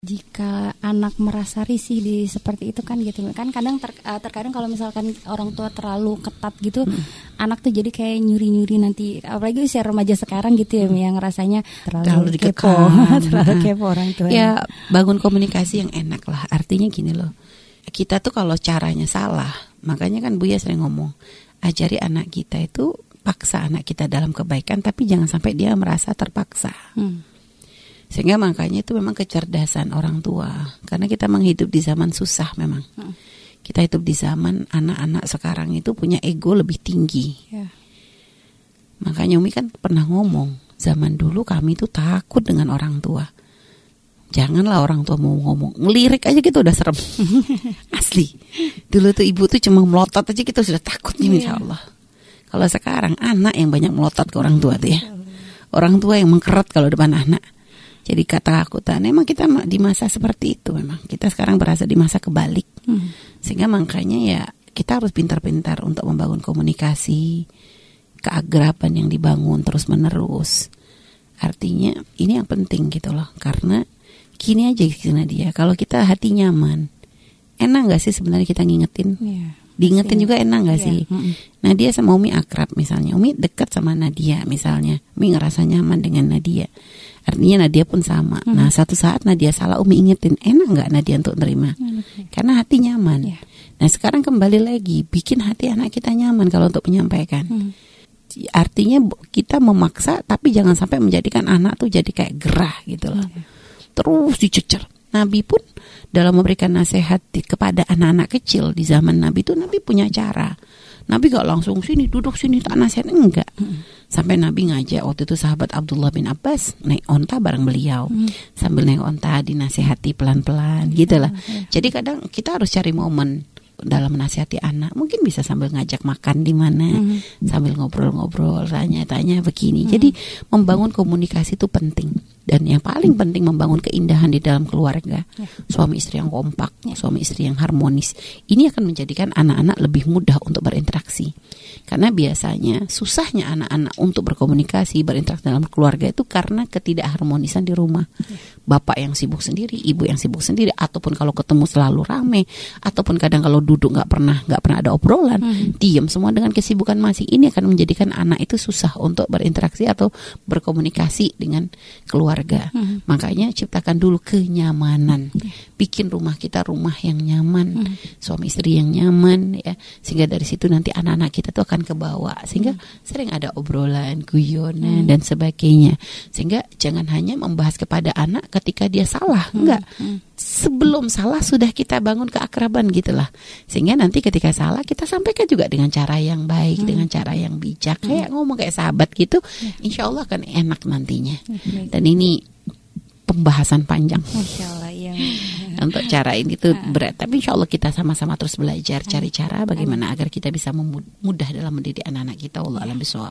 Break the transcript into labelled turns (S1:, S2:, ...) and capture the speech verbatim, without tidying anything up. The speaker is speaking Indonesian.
S1: Jika anak merasa risih di seperti itu kan gitu kan kadang ter, uh, terkadang kalau misalkan orang tua terlalu ketat gitu hmm. anak tuh jadi kayak nyuri-nyuri nanti, apalagi usia remaja sekarang gitu ya hmm. yang rasanya terlalu, terlalu kepo terlalu kepo orang tua
S2: ya. Bangun komunikasi yang enak lah, artinya gini loh, kita tuh kalau caranya salah, makanya kan Buya sering ngomong ajari anak kita itu, paksa anak kita dalam kebaikan tapi jangan sampai dia merasa terpaksa. hmm. Sehingga makanya itu memang kecerdasan orang tua. Karena kita menghidup di zaman susah memang. Hmm. Kita hidup di zaman anak-anak sekarang itu punya ego lebih tinggi. Yeah. Makanya Umi kan pernah ngomong, zaman dulu kami tuh takut dengan orang tua. Janganlah orang tua mau ngomong, ngelirik aja gitu udah serem. Asli. Dulu tuh ibu tuh cuma melotot aja kita sudah takut nih, insya Allah. Kalau sekarang anak yang banyak melotot ke orang tua tuh ya. Orang tua yang mengkeret kalau depan anak. Jadi ketakutan, memang kita di masa seperti itu memang. Kita sekarang berasa di masa kebalik. Hmm. Sehingga makanya ya kita harus pintar-pintar untuk membangun komunikasi, keakraban yang dibangun terus-menerus. Artinya ini yang penting gitu loh. Karena gini aja gini dia, kalau kita hati nyaman, enak gak sih sebenarnya kita ngingetin? Yeah. Diingetin juga enak gak yeah. sih? Mm-hmm. Nadia sama Umi akrab misalnya, Umi dekat sama Nadia misalnya, Umi ngerasa nyaman dengan Nadia. Artinya Nadia pun sama. Hmm. Nah satu saat Nadia salah, Umi ingetin, enak nggak Nadia untuk nerima? Hmm. Karena hati nyaman. Yeah. Nah sekarang kembali lagi, bikin hati anak kita nyaman kalau untuk menyampaikan. Hmm. Artinya kita memaksa, tapi jangan sampai menjadikan anak tuh jadi kayak gerah gitu loh. Hmm. Terus dicecer. Nabi pun dalam memberikan nasihat kepada anak-anak kecil di zaman Nabi itu, Nabi punya cara. Nabi gak langsung sini duduk sini tak nasihat, enggak. Hmm. Sampai Nabi ngajak waktu itu sahabat Abdullah bin Abbas naik onta bareng beliau. Hmm. Sambil naik onta dinasihati pelan-pelan gitu lah. Hmm. Jadi kadang kita harus cari momen dalam menasihati anak. Mungkin bisa sambil ngajak makan di mana, hmm. sambil ngobrol-ngobrol, tanya-tanya begini. Hmm. Jadi membangun komunikasi itu penting. Dan yang paling penting membangun keindahan di dalam keluarga. Ya. Suami istri yang kompak, ya. Suami istri yang harmonis. Ini akan menjadikan anak-anak lebih mudah untuk berinteraksi. Karena biasanya susahnya anak-anak untuk berkomunikasi, berinteraksi dalam keluarga itu karena ketidakharmonisan di rumah. Ya. Bapak yang sibuk sendiri, ibu yang sibuk sendiri, ataupun kalau ketemu selalu rame, ataupun kadang kalau duduk nggak pernah nggak pernah ada obrolan, hmm. diam semua dengan kesibukan masing. Ini akan menjadikan anak itu susah untuk berinteraksi atau berkomunikasi dengan keluarga. Hmm. Makanya ciptakan dulu kenyamanan. Hmm. Bikin rumah kita rumah yang nyaman, hmm. suami istri yang nyaman ya. Sehingga dari situ nanti anak-anak kita tuh akan kebawa. Sehingga hmm. sering ada obrolan, guyonan hmm. dan sebagainya. Sehingga jangan hanya membahas kepada anak ketika dia salah, hmm. enggak. Hmm. Sebelum salah sudah kita bangun keakraban gitulah. Sehingga nanti ketika salah kita sampaikan juga dengan cara yang baik, hmm. dengan cara yang bijak, hmm. kayak ngomong kayak sahabat gitu. Hmm. Insya Allah akan enak nantinya. Hmm. Dan ini pembahasan panjang. Insya Allah ya. Untuk cara ini itu berat, tapi insya Allah kita sama-sama terus belajar cari cara bagaimana agar kita bisa mudah dalam mendidik anak-anak kita. Wallahu a'lam bishawab.